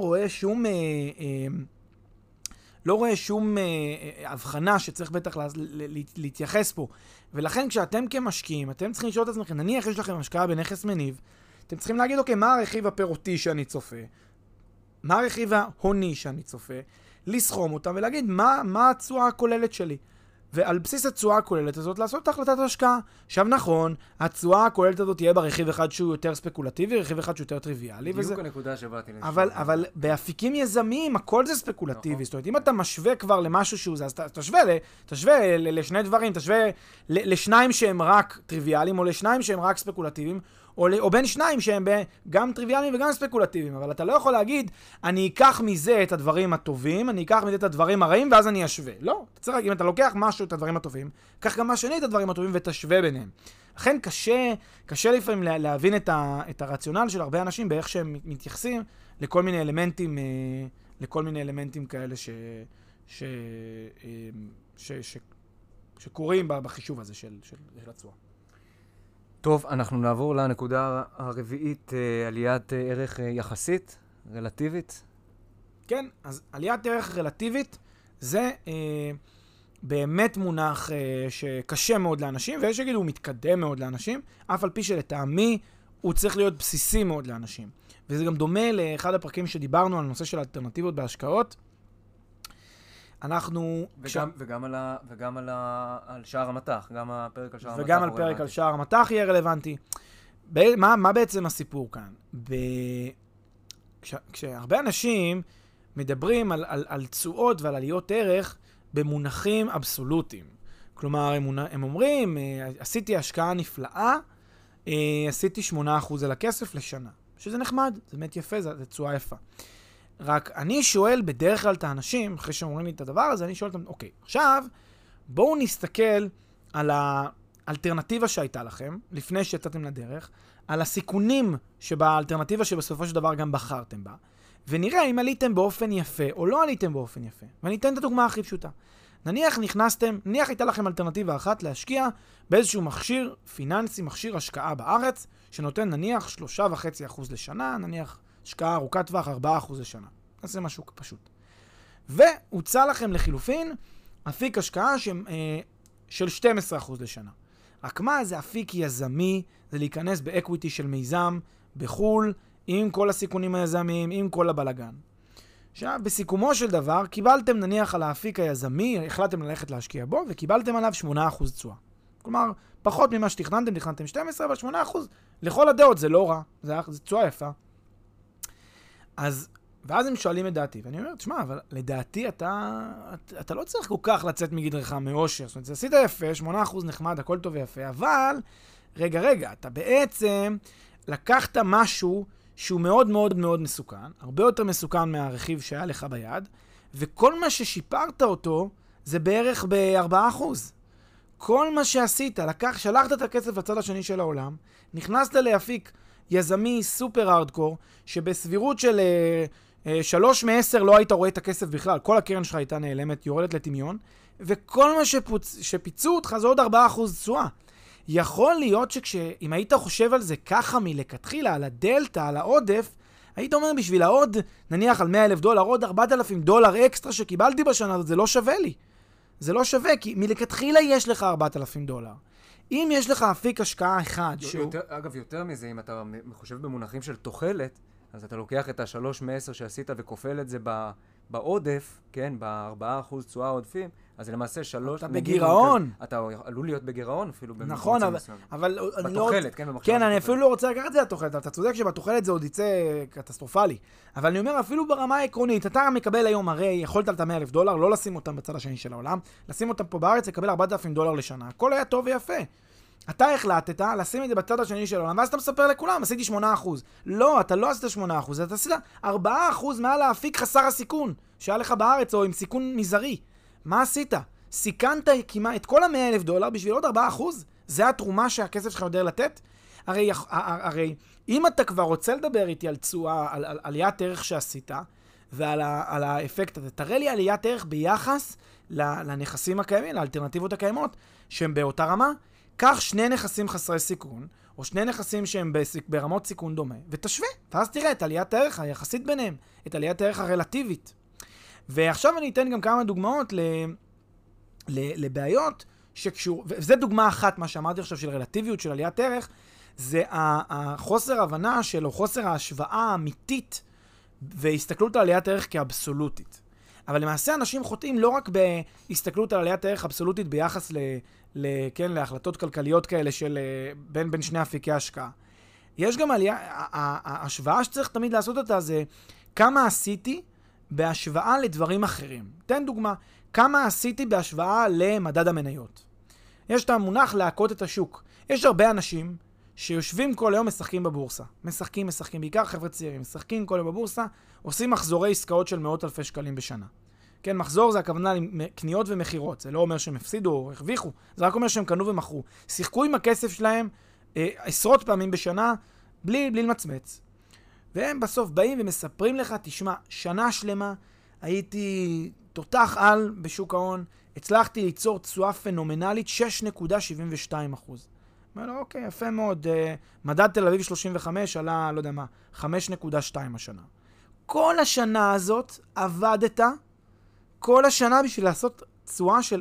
רואה שום הבחנה שצריך בטח להתייחס פה. ולכן כשאתם כמשקיעים, אתם צריכים לשאול את עצמכם, נניח יש לכם השקעה בנכס מניב, אתם צריכים להגיד, אוקיי, מה הרכיב הפירותי שאני צופה? מה הרכיב ההוני שאני צופה? לסכום אותם ולהגיד, מה התשואה הכוללת שלי? ועל בסיס התשואה הכוללת הזאת לעשות את החלטת ההשקעה. עכשיו נכון, התשואה הכוללת הזאת תהיה ברכיב אחד שהוא יותר ספקולטיבי, רכיב אחד שהוא יותר טריוויאלי. בדיוק הנקודה שבאתי לשם. אבל באפיקים יזמיים, הכל זה ספקולטיבי. זאת אומרת, אם אתה משווה כבר למשהו שהוא זה, אז תשווה לשני דברים, תשווה לשניים שהם רק טריוויאליים, או לשניים שהם רק ספקולטיביים, או בין שניים שהם גם טריוויאליים וגם ספקולטיביים. אבל אתה לא יכול להגיד, אני אקח מזה את הדברים הטובים, אני אקח מזה את הדברים הרעים, ואז אני אשווה. לא. אתה צריך, אם אתה לוקח משהו, את הדברים הטובים, קח גם מהשני את הדברים הטובים ותשווה ביניהם. לכן קשה לפעמים להבין את הרציונל של הרבה אנשים באיך שהם מתייחסים לכל מיני אלמנטים כאלה שקורים בחישוב הזה של התשואה. טוב, אנחנו נעבור לנקודה הרביעית, עליית ערך יחסית, רלטיבית. כן, אז עליית ערך רלטיבית זה באמת מונח שקשה מאוד לאנשים, ויש שיגידו הוא מתקדם מאוד לאנשים, אף על פי שלטעמי הוא צריך להיות בסיסי מאוד לאנשים. וזה גם דומה לאחד הפרקים שדיברנו על נושא של אלטרנטיבות בהשקעות. אנחנו... וגם על שער המטח, גם הפרק על שער המטח. וגם על פרק על שער המטח יהיה רלוונטי. מה בעצם הסיפור כאן? כשהרבה אנשים מדברים על תשואות ועל עליות ערך במונחים אבסולוטיים. כלומר, הם אומרים, עשיתי השקעה נפלאה, עשיתי 8% על הכסף לשנה. שזה נחמד, זה באמת יפה, זה תשואה יפה. רק אני שואל בדרך כלל את האנשים, אחרי שאומרים לי את הדבר הזה, אני שואל אותם, אוקיי, עכשיו, בואו נסתכל על האלטרנטיבה שהייתה לכם, לפני שיצאתם לדרך, על הסיכונים שבאלטרנטיבה שבסופו של דבר גם בחרתם בה, ונראה אם עליתם באופן יפה או לא עליתם באופן יפה. ואני אתן את הדוגמה הכי פשוטה. נניח הייתה לכם אלטרנטיבה אחת להשקיע באיזשהו מכשיר פיננסי, מכשיר השקעה בארץ, שנותן נניח 3.5% לשנה, נניח השקעה ארוכת טווח 4% לשנה. זה משהו פשוט. והוצע לכם לחילופין אפיק השקעה של 12% לשנה. רק מה, זה אפיק יזמי, זה להיכנס באקוויטי של מיזם בחול, עם כל הסיכונים היזמיים, עם כל הבלגן. עכשיו, בסיכומו של דבר, קיבלתם נניח על האפיק היזמי, החלטתם ללכת להשקיע בו, וקיבלתם עליו 8% תשואה. כלומר, פחות ממה שתכננתם 12, אבל 8%, לכל הדעות זה לא רע, זה תשואה יפה. ואז הם שואלים את דעתי, ואני אומר, תשמע, אבל לדעתי אתה לא צריך כל כך לצאת מגדרך מאושר. זאת אומרת, עשית יפה, 8% נחמד, הכל טוב ויפה, אבל, רגע, אתה בעצם לקחת משהו שהוא מאוד מאוד מאוד מסוכן, הרבה יותר מסוכן מהרכיב שהיה לך ביד, וכל מה ששיפרת אותו זה בערך ב4%. כל מה שעשית, שלחת את הכסף לצד השני של העולם, נכנסת לאפיק יזמי סופר הארדקור, שבסבירות של 3 מ-10 לא היית רואה את הכסף בכלל, כל הקרן שלך הייתה נעלמת, יורדת לטמיון, וכל מה שפיצו אותך זה עוד 4% תשואה. יכול להיות שאם היית חושב על זה ככה מלכתחילה, על הדלטה, על העודף, היית אומר בשביל העוד, נניח על $100,000, עוד $4,000 אקסטרה שקיבלתי בשנה, זה לא שווה לי. זה לא שווה, כי מלכתחילה יש לך $4,000. אם יש לך אפיק השקעה אחד שהוא... אגב, יותר מזה, אם אתה חושב במונחים של תוחלת, אז אתה לוקח את ה3 מ-10 שעשית וכופל את זה בעודף, כן, ב4% תשואה עודפים, אז למעשה 3... אתה בגירעון. אתה עלול להיות בגירעון אפילו. נכון, אבל... בתוחלת, כן, במחשב. כן, אני אפילו לא רוצה לקחת את זה לתוחלת, אתה צודק שבתוחלת זה עוד יצא קטסטרופלי. אבל אני אומר, אפילו ברמה העקרונית, אתה מקבל היום, הרי יכולת על $100,000, לא לשים אותם בצד השני של העולם, לשים אותם פה בארץ, לקבל $4,000 לשנה. הכל היה טוב ויפה. אתה החלטת לשים את זה בצד השני של העולם, ואז אתה מספר לכולם, עשיתי 8%. לא, אתה לא עשית 8%, אתה עשית 4% מעל האפיק חסר הסיכון, שהיה לך בארץ, או עם סיכון מזערי. מה עשית? סיכנת כמעט את כל $100,000 בשביל עוד 4%? זה התרומה שהכסף שלך יודע לתת? הרי אם אתה כבר רוצה לדבר איתי על תשואה, על עליית ערך שעשית, ועל האפקט הזה, תראה לי עליית ערך ביחס לנכסים הקיימים, לאלטרנטיבות הקיימות, שהם באותה רמה, קח 2 נכסים חסרי סיכון, או 2 נכסים שהם ברמות סיכון דומה, ותשווה, ואז תראה את עליית הערך היחסית ביניהם, את עליית הערך הרלטיבית. ועכשיו אני אתן גם כמה דוגמאות לבעיות שקשור, וזו דוגמה אחת, מה שאמרתי עכשיו של רלטיביות, של עליית ערך, זה החוסר הבנה או חוסר ההשוואה האמיתית, והסתכלות על עליית ערך כאבסולוטית. אבל למעשה אנשים חוטאים לא רק בהסתכלות על עליית ערך אבסולוטית ביחס להחלטות כלכליות כאלה של בין שני אפיקי השקעה. יש גם ההשוואה שצריך תמיד לעשות אותה זה כמה עשיתי בהשוואה לדברים אחרים. תן דוגמה, כמה עשיתי בהשוואה למדד המניות. יש את המונח להכות את השוק. יש הרבה אנשים שיושבים כל היום משחקים בבורסה. משחקים, בעיקר חבר'ה צעירים, משחקים כל היום בבורסה, עושים מחזורי עסקאות של $100,000 בשנה. כן, מחזור זה הכוונה לקניות ומחירות. זה לא אומר שהם הפסידו או הרוויחו, זה רק אומר שהם קנו ומכרו. שיחקו עם הכסף שלהם עשרות פעמים בשנה, בלי למצמץ. והם בסוף באים ומספרים לך, תשמע, שנה שלמה הייתי תותח על בשוק ההון, הצלחתי ליצור תשואה פנומנלית 6.72%. אומר לו, אוקיי, יפה מאוד, מדד תל אביב 35 עלה, לא יודע מה, 5.2 השנה. כל השנה הזאת עבדת, כל השנה בשביל לעשות תשואה של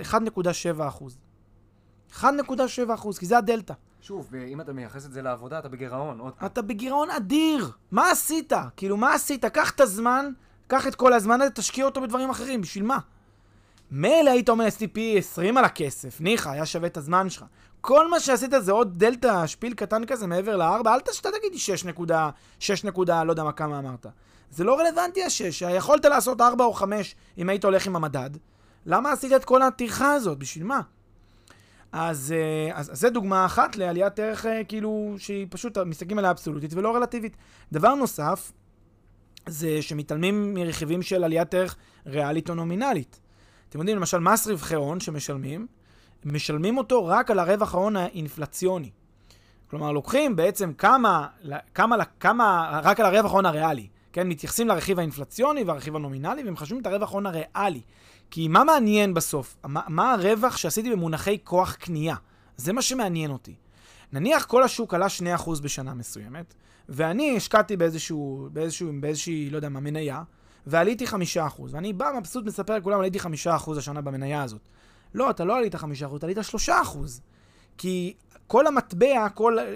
1.7%. 1.7%, כי זה הדלטה. שוב, אם אתה מייחס את זה לעבודה, אתה בגירעון. אתה בגירעון אדיר. מה עשית? כאילו, מה עשית? קח את הזמן, קח את כל הזמן הזה, תשקיע אותו בדברים אחרים. בשביל מה? מילא היית אומר S&P 20 על הכסף, ניחא, היה שווה את הזמן שלך. כל מה שעשית זה עוד דלטה, שפיל קטן כזה מעבר ל-4, אל תגידי 6 נקודה, לא יודע מה כמה אמרת. זה לא רלוונטי ה-6, יכולת לעשות 4 או 5 אם היית הולך עם המדד. למה עשית את כל הטרחה הזאת? בשביל מה? אז זה דוגמה אחת לעליית ערך כאילו שהיא פשוט מסתכלים עליה אבסולוטית ולא רלטיבית. דבר נוסף, זה שמתעלמים מרכיבים של עליית ערך ריאלית או נומינלית. אתם יודעים, למשל, מס רווחי הון משלמים אותו רק על הרווח ההון האינפלציוני. כלומר, לוקחים בעצם כמה רק על הרווח ההון הריאלי. כן, מתייחסים לרכיב האינפלציוני והרכיב הנומינלי, והם חושבים את הרווח ההון הריאלי. כי מה מעניין בסוף? מה הרווח שעשיתי במונחי כוח קנייה? זה מה שמעניין אותי. נניח כל השוק עלה 2% בשנה מסוימת, ואני השקעתי באיזושהי, לא יודע מה, מניה, ועליתי 5%. ואני בא מבסוט מספר לכולם, עליתי 5% השנה במניה הזאת. לא, אתה לא עלית 5%, אתה עלית 3%. כי כל המטבע,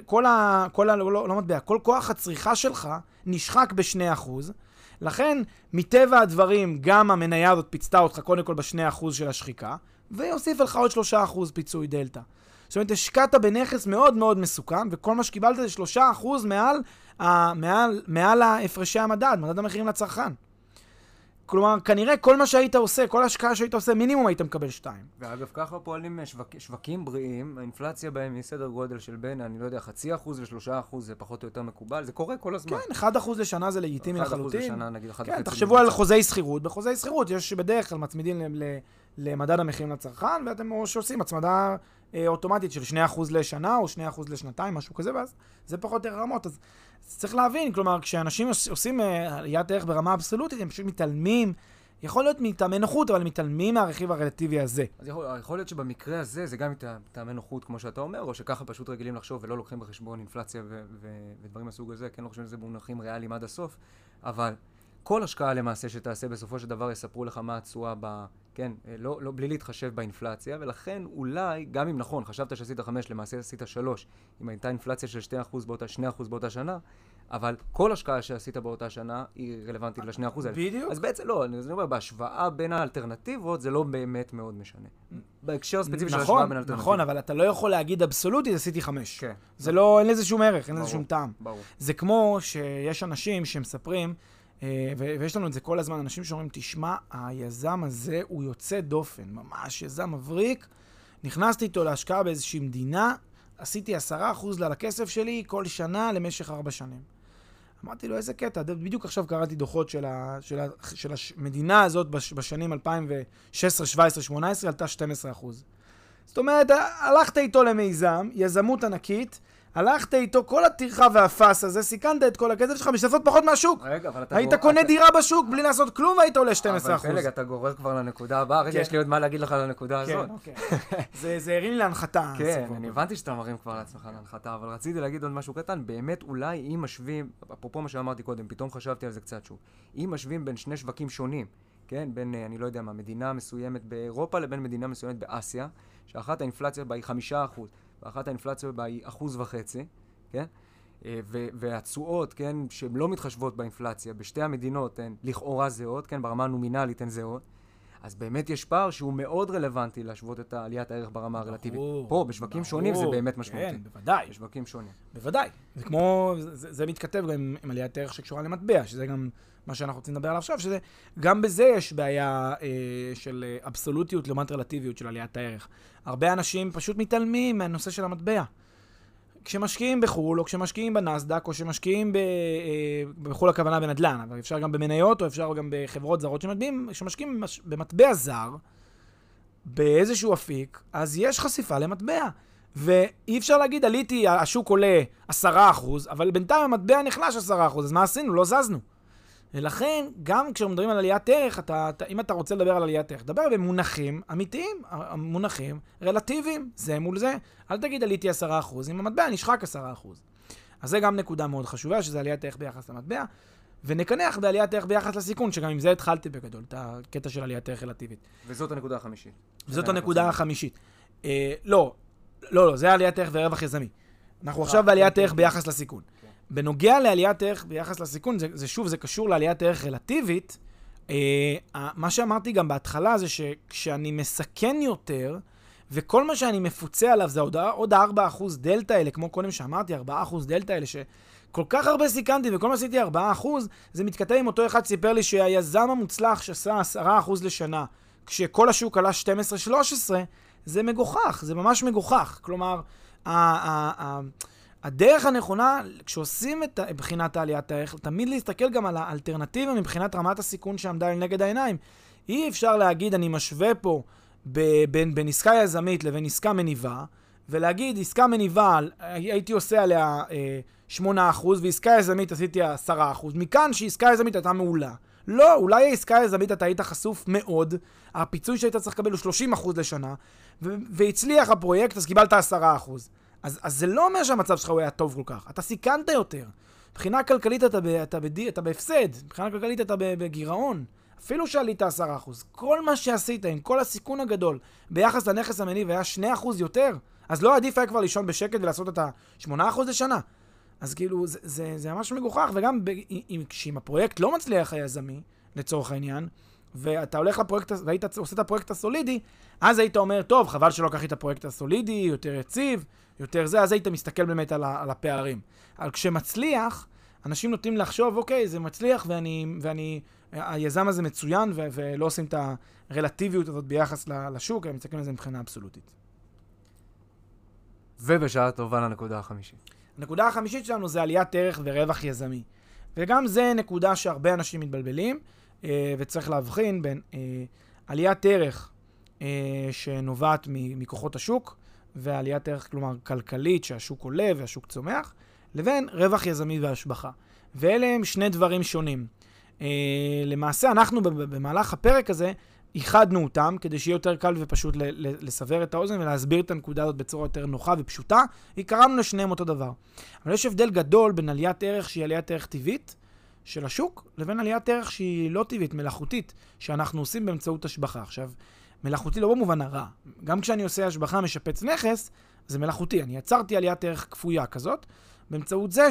כל כוח הצריכה שלך נשחק ב2%. לכן, מטבע הדברים, גם המניה הזאת פיצתה אותך קודם כל ב2% של השחיקה, ויוסיף לך עוד 3% פיצוי דלטה. זאת אומרת, השקעת בנכס מאוד מאוד מסוכן, וכל מה שקיבלת זה 3% מעל ההפרשי המדד, מדד המחירים לצרכן. כלומר, כנראה כל מה שהיית עושה, כל השקעה שהיית עושה, מינימום היית מקבל 2. ואגב, ככה פועלים שווקים בריאים, האינפלציה בהם היא סדר גודל של בין, אני לא יודע, 0.5% ו3%, זה פחות או יותר מקובל, זה קורה כל הזמן. כן, 1% לשנה זה לגיטימי לחלוטין. 1% לשנה, נגיד 1.5%. כן, תחשבו על חוזי שכירות. בחוזי שכירות יש בדרך כלל מצמידים למדד המחירים לצרכן, ואתם שעושים הצמדה אוטומטית של 2% לשנה או 2% לשנתיים, משהו כזה, ואז זה פחות או יותר רמות. אז צריך להבין, כלומר, כשאנשים עושים עליית ערך ברמה אבסולוטית, הם פשוט מתעלמים, יכול להיות מטעמי נוחות, אבל מתעלמים מהרכיב הרלטיבי הזה. אז יכול להיות שבמקרה הזה זה גם מטעמי נוחות, כמו שאתה אומר, או שככה פשוט רגילים לחשוב ולא לוקחים בחשבון אינפלציה ודברים מהסוג הזה, כן לא חושבים שזה במונחים ריאליים עד הסוף, אבל כל השקעה למעשה שתעשה בסופו של דבר יספרו לך מה התשואה כן, לא בלי להתחשב באינפלציה, ולכן אולי, גם אם נכון, חשבת שעשית 5, למעשה עשית 3, אם הייתה אינפלציה של 2% באותה שנה, אבל כל השקעה שעשית באותה שנה היא רלוונטית ל2% האלה. בדיוק. אז בעצם לא, אני אומר, בהשוואה בין האלטרנטיבות זה לא באמת מאוד משנה. בהקשר הספציפי של השוואה בין האלטרנטיבות. נכון, אבל אתה לא יכול להגיד אבסולוטית, עשיתי 5. כן. זה לא, אין לזה שום ערך, אין לזה שום טעם. ברור. זה כמו שיש אנשים שמספרים, ויש לנו את זה כל הזמן, אנשים שאומרים, תשמע, היזם הזה הוא יוצא דופן, ממש יזם מבריק, נכנסתי איתו להשקעה באיזושהי מדינה, עשיתי 10% על הכסף שלי כל שנה למשך 4 שנים. אמרתי לו, איזה קטע, בדיוק עכשיו קראתי דוחות של המדינה הזאת בשנים 2016, 17, 18, עלתה 12%. זאת אומרת, הלכת איתו למיזם, יזמות ענקית, הלכת איתו כל הטרחה והפס הזה, סיכנת את כל הכסף שלך, משתפות פחות מהשוק. רגע, אבל היית קונה דירה בשוק בלי לעשות כלום והיית עולה 12%. אבל פלג, אתה גורר כבר לנקודה הבאה, רגע, יש לי עוד מה להגיד לך לנקודה הזאת. כן, אוקיי. זה הרים לי להנחתה. כן, אני הבנתי שאתה מרים כבר לעצמך להנחתה, אבל רציתי להגיד עוד משהו קטן, באמת אולי אם משווים, אפרופו מה שאמרתי קודם, פתאום חשבתי על זה קצת שוב, אם משווים בין שני שווקים שונים, כן, בין, אני לא יודע מה, מדינה מסוימת באירופה לבין מדינה מסוימת באסיה, שאחת האינפלציה בה היא 5%, ואחת האינפלציה בה היא 1.5%, כן? והתשואות, כן, שהן לא מתחשבות באינפלציה, בשתי המדינות הן לכאורה זהות, כן, ברמה הנומינלית הן זהות, אז באמת יש פער שהוא מאוד רלוונטי להשוות את עליית הערך ברמה הרלטיבית. פה, בשווקים שונים זה באמת משמעותי. כן, בוודאי. בשווקים שונים. בוודאי. זה כמו, זה מתכתב גם עם עליית הערך שקשורה למטבע, שזה גם מה שאנחנו רוצים לדבר עליו עכשיו, שזה, גם בזה יש בעיה של אבסולוטיות לעומת רלטיביות של עליית הערך. הרבה אנשים פשוט מתעלמים מהנושא של המטבע. כשמשקיעים בחול, או כשמשקיעים בנסדק, או כשמשקיעים בחול הכוונה בנדל"ן, אבל אפשר גם במניות, או אפשר גם בחברות זרות כשמשקיעים במטבע זר, באיזשהו אפיק, אז יש חשיפה למטבע. ואי אפשר להגיד, עליתי, השוק עולה 10%, אבל בינתיים המטבע נחלש 10%, אז מה עשינו? לא זזנו. ולכן, גם כשמדברים על עליית ערך, אם אתה רוצה לדבר על עליית ערך, דבר במונחים אמיתיים, מונחים רלטיביים, זה מול זה. אל תגיד עליתי 10%, אם המטבע נשחק 10%. אז זה גם נקודה מאוד חשובה, שזה עליית ערך ביחס למטבע, ונקנח בעליית ערך ביחס לסיכון, שגם עם זה התחלתי בגדול, את הקטע של עליית ערך רלטיבית. וזאת הנקודה החמישית. וזאת הנקודה החמישית. לא, זה עליית ערך ורווח יזמי. אנחנו עכשיו בעליית ערך ביחס לסיכון. בנוגע לעליית ערך ביחס לסיכון, זה קשור לעליית ערך רלטיבית. מה שאמרתי גם בהתחלה זה שכשאני מסכן יותר, וכל מה שאני מפוצה עליו זה עוד 4% דלטה האלה, כמו קודם שאמרתי, 4% דלטה האלה, שכל כך הרבה סיכנתי וכל מה עשיתי 4%, זה מתכתב עם אותו אחד סיפר לי שהיזם המוצלח שעשה 10% לשנה, כשכל השוק עלה 12-13, זה מגוחך, זה ממש מגוחך. כלומר, הדרך הנכונה, כשעושים את בחינת העליית הערך, תמיד להסתכל גם על האלטרנטיבה מבחינת רמת הסיכון שעמדה לנגד העיניים. אי אפשר להגיד, אני משווה פה בין עסקה יזמית לבין עסקה מניבה, ולהגיד, עסקה מניבה, הייתי עושה עליה 8%, ועסקה יזמית עשיתי 10%. מכאן שעסקה יזמית הייתה מעולה. לא, אולי העסקה היזמית אתה היית חשוף מאוד, הפיצוי שהיית צריך לקבל הוא 30% לשנה, והצליח הפרויקט, אז קיבלת 10%. אז זה לא אומר שהמצב שלך הוא היה טוב כל כך. אתה סיכנת יותר. מבחינה כלכלית אתה בהפסד. מבחינה כלכלית אתה בגירעון. אפילו שעלית 10%. כל מה שעשית עם כל הסיכון הגדול ביחס לנכס המניב היה 2% יותר. אז לא עדיף היה כבר לישון בשקט ולעשות את ה-8% לשנה. אז כאילו זה ממש מגוחך. וגם אם הפרויקט לא מצליח היזמי, לצורך העניין, ואתה הולך לפרויקט, והיית עושה את הפרויקט הסולידי, אז היית אומר, טוב, חבל שלא לקחתי את הפרויקט הסולידי, יותר יציב, יותר זה, אז היית מסתכל באמת על הפערים. אבל כשמצליח, אנשים נוטים לחשוב, אוקיי, זה מצליח, היזם הזה מצוין, ולא עושים את הרלטיביות הזאת ביחס לשוק, הם מסתכלים על זה מבחינה אבסולוטית. ובשעה טובה לנקודה החמישית. הנקודה החמישית שלנו זה עליית ערך ורווח יזמי. וגם זה נקודה שהרבה אנשים מתבלבלים, וצריך להבחין בין עליית ערך שנובעת מכוחות השוק, ועליית ערך, כלומר, כלכלית, שהשוק עולה והשוק צומח, לבין רווח יזמי והשבחה. ואלה הם שני דברים שונים. למעשה, אנחנו במהלך הפרק הזה, איחדנו אותם, כדי שיהיה יותר קל ופשוט לסבר את האוזן, ולהסביר את הנקודה הזאת בצורה יותר נוחה ופשוטה, קראנו לשניהם אותו דבר. אבל יש הבדל גדול בין עליית ערך שהיא עליית ערך טבעית, של השוק, לבין עליית ערך שהיא לא טבעית, מלאכותית, שאנחנו עושים באמצעות השבחה. עכשיו, מלאכותי לא במובן הרע. גם כשאני עושה השבחה משפץ נכס, זה מלאכותי. אני יצרתי עליית ערך כפויה כזאת, באמצעות זה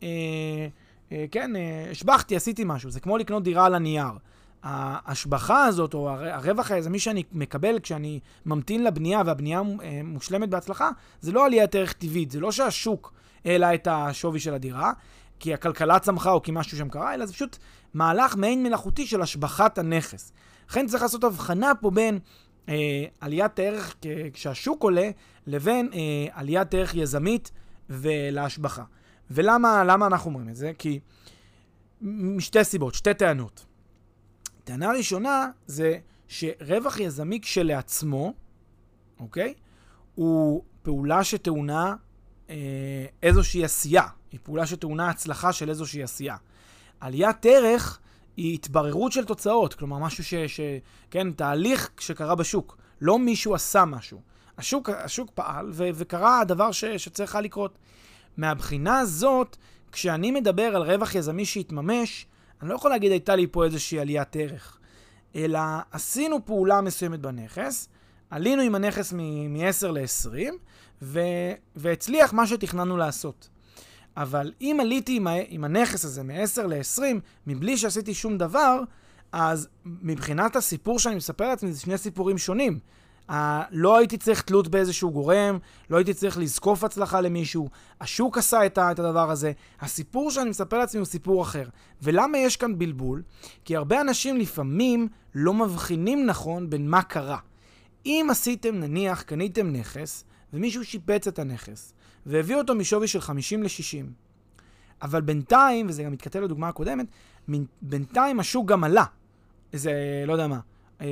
השבחתי, עשיתי משהו. זה כמו לקנות דירה על הנייר. ההשבחה הזאת, או הרווח היזמי שאני מקבל כשאני ממתין לבנייה, והבנייה מושלמת בהצלחה, זה לא עליית ערך טבעית. זה לא שהשוק העלה את השווי של הדירה, כי הכלכלה צמחה או כי משהו שם קרה, אלא זה פשוט מהלך מעין מלאכותי של השבחת הנכס. לכן צריך לעשות הבחנה פה בין עליית הערך כשהשוק עולה, לבין עליית ערך יזמית ולהשבחה. ולמה אנחנו אומרים את זה? כי משתי סיבות, שתי טענות. טענה ראשונה זה שרווח יזמי כשלעצמו, אוקיי? הוא פעולה שטעונה איזושהי עשייה. היא פעולה שטעונה הצלחה של איזושהי עשייה. עליית ערך היא התבררות של תוצאות, כלומר משהו כן, תהליך שקרה בשוק. לא מישהו עשה משהו. השוק פעל וקרה הדבר שצריכה לקרות. מהבחינה הזאת, כשאני מדבר על רווח יזמי שהתממש, אני לא יכול להגיד הייתה לי פה איזושהי עליית ערך. אלא עשינו פעולה מסוימת בנכס, עלינו עם הנכס מ-10 ל-20, והצליח מה שתכננו לעשות. אבל אם עליתי עם הנכס הזה מ-10 ל-20, מבלי שעשיתי שום דבר, אז מבחינת הסיפור שאני מספר לעצמי, זה שני סיפורים שונים. לא הייתי צריך תלות באיזשהו גורם, לא הייתי צריך לזקוף הצלחה למישהו, השוק עשה את הדבר הזה. הסיפור שאני מספר לעצמי הוא סיפור אחר. ולמה יש כאן בלבול? כי הרבה אנשים לפעמים לא מבחינים נכון בין מה קרה. אם עשיתם, נניח, קניתם נכס, ומישהו שיפץ את הנכס, והביא אותו משווי של 50 ל-60. אבל בינתיים, וזה גם מתכתב לדוגמה הקודמת, בינתיים השוק גם עלה. זה, לא יודע מה, 10%.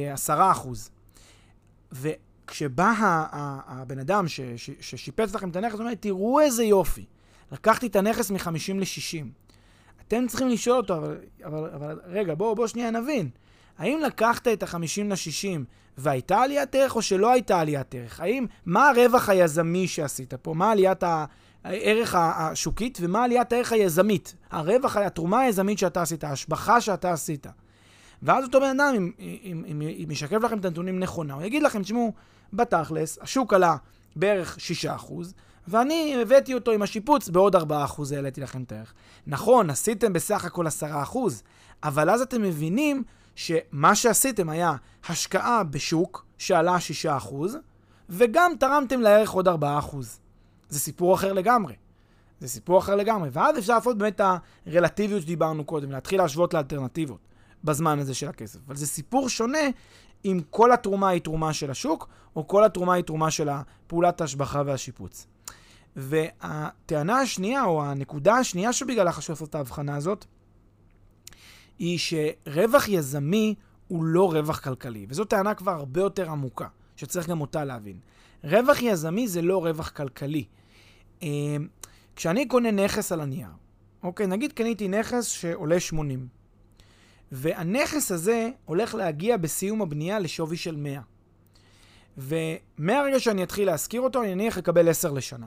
וכשבא הבן אדם ששיפץ לכם את הנכס, הוא אומר, תראו איזה יופי. לקחתי את הנכס מ-50 ל-60. אתם צריכים לשאול אותו, אבל רגע, בוא שנייה נבין. האם לקחת את ה-50 ל-60 והייתה עליית ערך או שלא הייתה עליית ערך? מה הרווח היזמי שעשית פה? מה עליית הערך השוקית ומה עליית הערך היזמית? הרווח, התרומה היזמית שאתה עשית, ההשבחה שאתה עשית. ואז אותו בן אדם, אם ישקף לכם את הנתונים נכונה, הוא יגיד לכם, תשמעו, בתכלס, השוק עלה בערך 6%, ואני הבאתי אותו עם השיפוץ בעוד 4%, העליתי לכם את הערך. נכון, עשיתם בסך הכל 10%, אבל אז אתם מבינים שמה שעשיתם היה השקעה בשוק שעלה 6%, וגם תרמתם לערך עוד 4%. זה סיפור אחר לגמרי. ואז אפשר לעשות באמת הרלטיביות שדיברנו קודם, להתחיל להשוות לאלטרנטיבות בזמן הזה של הכסף. אבל זה סיפור שונה אם כל התרומה היא תרומה של השוק, או כל התרומה היא תרומה של פעולת ההשבחה והשיפוץ. והטענה השנייה, או הנקודה השנייה שבגללה חשוב לעשות את ההבחנה הזאת, היא שרווח יזמי הוא לא רווח כלכלי. וזו טענה כבר הרבה יותר עמוקה, שצריך גם אותה להבין. רווח יזמי זה לא רווח כלכלי. כשאני קונה נכס על הנייר, אוקיי, נגיד קניתי נכס שעולה 80, והנכס הזה הולך להגיע בסיום הבנייה לשווי של 100. ומהרגע שאני אתחיל להזכיר אותו, אני נניח לקבל 10 לשנה.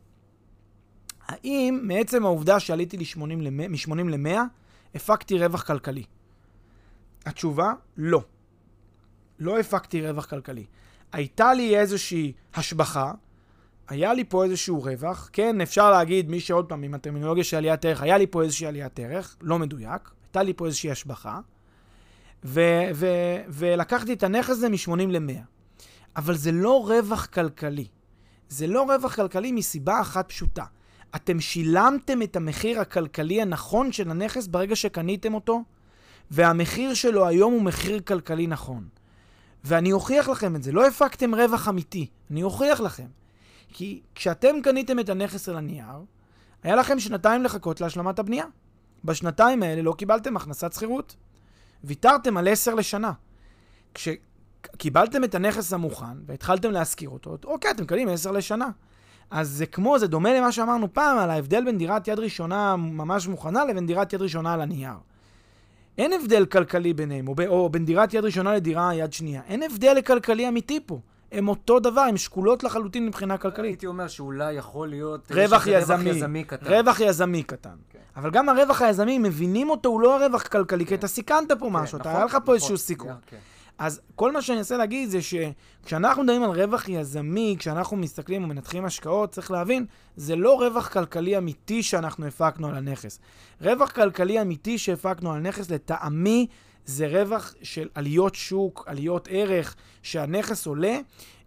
האם מעצם העובדה שעליתי מ-80 ל-100, הפקתי רווח כלכלי? התשובה, לא. לא הפקתי רווח כלכלי. הייתה לי איזושהי השבחה, היה לי פה איזשהו רווח, כן, אפשר להגיד, מי שעוד פעם, עם הטרמינולוגיה של עליית ערך, היה לי פה איזושהי עליית ערך, לא מדויק, הייתה לי פה איזושהי השבחה, ולקחתי את הנכס הזה מ-80 ל-100. אבל זה לא רווח כלכלי. זה לא רווח כלכלי מסיבה אחת פשוטה. אתם שילמתם את המחיר הכלכלי הנכון של הנכס ברגע שקניתם אותו, והמחיר שלו היום הוא מחיר כלכלי נכון. ואני אוכיח לכם את זה. לא הפקתם רווח אמיתי. אני אוכיח לכם. כי כשאתם קניתם את הנכס על הנייר, היה לכם 2 לחכות להשלמת הבנייה. בשנתיים האלה לא קיבלתם הכנסת שכירות. ויתרתם על 10 לשנה. כשקיבלתם את הנכס המוכן והתחלתם להשכיר אותו, אוקיי, אתם קנים 10 לשנה. אז זה דומה למה שאמרנו פעם על ההבדל בין דירת יד ראשונה ממש מוכנה לבין דירת יד ראשונה על הנייר. אין הבדל כלכלי ביניהם, או בין דירת יד ראשונה לדירה יד שנייה. אין הבדל כלכלי אמיתי פה. הם אותו דבר, הם שקולות לחלוטין מבחינה כלכלית. הייתי אומר שאולי יכול להיות רווח יזמי קטן. רווח יזמי קטן. אבל גם הרווח היזמי, מבינים אותו, הוא לא רווח כלכלי, כי אתה סיכנת פה משהו, אתה היה לך פה איזשהו סיכון. אז כל מה שאני אנסה להגיד זה שכשאנחנו מדברים על רווח יזמי, כשאנחנו מסתכלים ומנתחים השקעות, צריך להבין, זה לא רווח כלכלי אמיתי שאנחנו הפקנו על הנכס. רווח כלכלי אמיתי שהפקנו על הנכס, לטעמי, זה רווח של עליות שוק, עליות ערך, שהנכס עולה,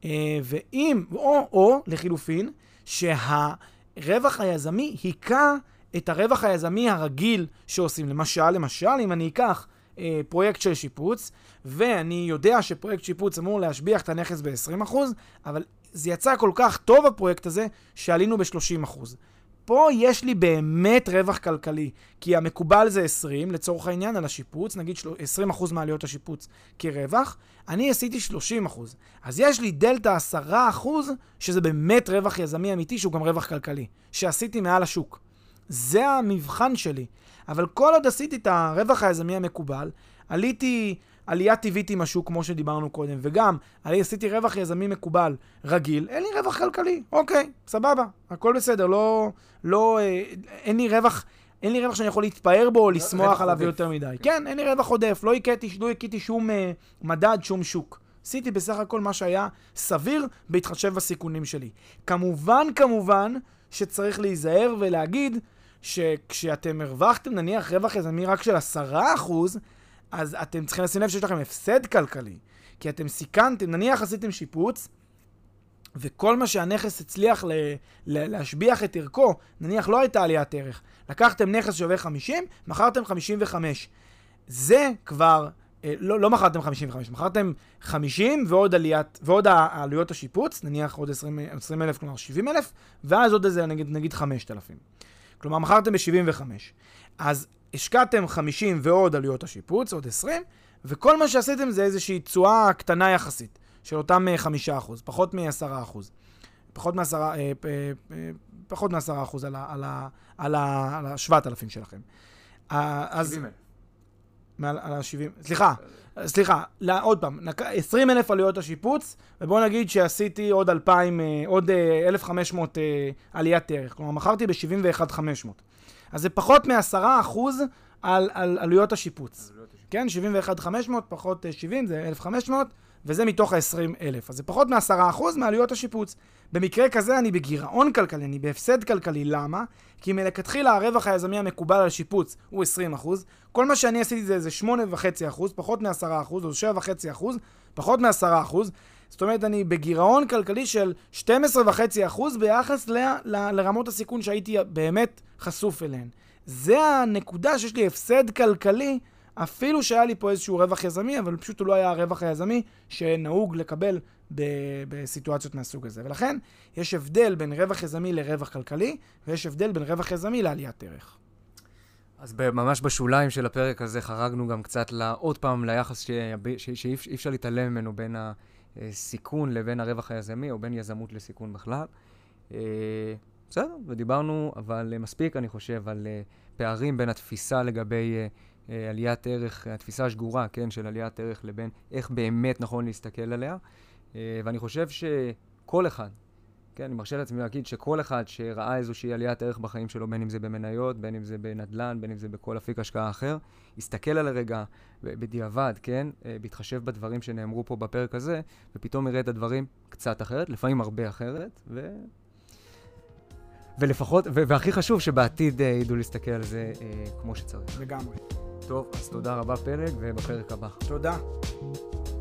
או לחילופין, שהרווח היזמי היכה את הרווח היזמי הרגיל שעושים. למשל, אם אני אקח פרויקט של שיפוץ, ואני יודע שפרויקט שיפוץ אמור להשביח את הנכס ב-20%, אבל זה יצא כל כך טוב הפרויקט הזה, שעלינו ב-30%. פה יש לי באמת רווח כלכלי, כי המקובל זה 20, לצורך העניין, על השיפוץ, נגיד 20% מעליות השיפוץ כרווח, אני עשיתי 30%. אז יש לי דלטה 10%, שזה באמת רווח יזמי אמיתי, שהוא גם רווח כלכלי, שעשיתי מעל השוק. זה המבחן שלי. אבל כל עוד עשיתי את הרווח היזמי המקובל, עליתי עלייה טבעית עם השוק, כמו שדיברנו קודם, וגם עשיתי רווח יזמי מקובל רגיל, אין לי רווח כלכלי. אוקיי, סבבה, הכל בסדר, אין לי רווח שאני יכול להתפאר בו או לשמוח עליו יותר מדי. כן, אין לי רווח עודף, לא הכיתי שום מדד, שום שוק. עשיתי בסך הכל מה שהיה סביר בהתחשב בסיכונים שלי. כמובן שצריך להיזהר ולהגיד שכשאתם הרווחתם נניח רווח יזמי רק של 10%, אז אתם צריכים לשים לב שיש לכם הפסד כלכלי. כי אתם סיכנתם, נניח עשיתם שיפוץ, וכל מה שהנכס הצליח להשביח את ערכו, נניח לא הייתה עליית ערך. לקחתם נכס שווה 50, מכרתם 55. זה כבר, לא מכרתם 55, מכרתם 50 ועוד העלויות השיפוץ, נניח עוד 20,000, כלומר 70,000, ואז עוד איזה נגיד 5,000. כלומר, מכרתם ב-75. אז השקעתם 50 ועוד עלויות השיפוץ, עוד 20, וכל מה שעשיתם זה איזושהי תשואה קטנה יחסית, של אותם 5%, פחות מ-10%. פחות מ-10% על ה-7,000 שלכם. 70,000. על ה-70, סליחה, עוד פעם, 20,000 עלויות השיפוץ, ובואו נגיד שעשיתי עוד 1,500 עליית ערך, כלומר, מכרתי ב-71,500. אז זה פחות מ-10% על עלויות השיפוץ. כן, 71,500 פחות 70 זה 1,500, וזה מתוך ה-20,000. אז זה פחות מ-10% מעלויות השיפוץ. במקרה כזה אני בגירעון כלכלי, אני בהפסד כלכלי. למה? כי מלכתחילה הרווח היזמי המקובל על השיפוץ הוא 20%. כל מה שאני עשיתי זה 8.5%, פחות מ-10%, או 7.5%, פחות מ-10%. זאת אומרת, אני בגירעון כלכלי של 12.5% ביחס לרמות הסיכון שהייתי באמת חשוף אליהן. זה הנקודה שיש לי הפסד כלכלי, אפילו שהיה לי פה איזשהו רווח יזמי, אבל פשוט הוא לא היה הרווח היזמי שנהוג לקבל בסיטואציות מהסוג הזה. ולכן יש הבדל בין רווח יזמי לרווח כלכלי, ויש הבדל בין רווח יזמי לעליית ערך. אז ממש בשוליים של הפרק הזה חרגנו גם קצת עוד פעם ליחס שאי אפשר להתעלם ממנו בין הסיכון לבין הרווח היזמי, או בין יזמות לסיכון בכלל. בסדר, ודיברנו, אבל מספיק, אני חושב, על פערים בין התפיסה לגבי עליית ערך, התפיסה השגורה, כן, של עליית ערך, לבין איך באמת נכון להסתכל עליה. ואני חושב שכל אחד, כן, אני מרשה לעצמי להגיד שכל אחד שראה איזושהי עליית ערך בחיים שלו, בין אם זה במניות, בין אם זה בנדל"ן, בין אם זה בכל אפיק השקעה אחר, יסתכל על הרגע בדיעבד, כן, בהתחשב בדברים שנאמרו פה בפרק הזה, ופתאום יראה את הדברים קצת אחרת, לפעמים הרבה אחרת, ולפחות, והכי חשוב שבעתיד ידעו להסתכל על זה כמו שצריך. לגמרי. טוב, אז תודה רבה פלג, ובפרק הבא. תודה.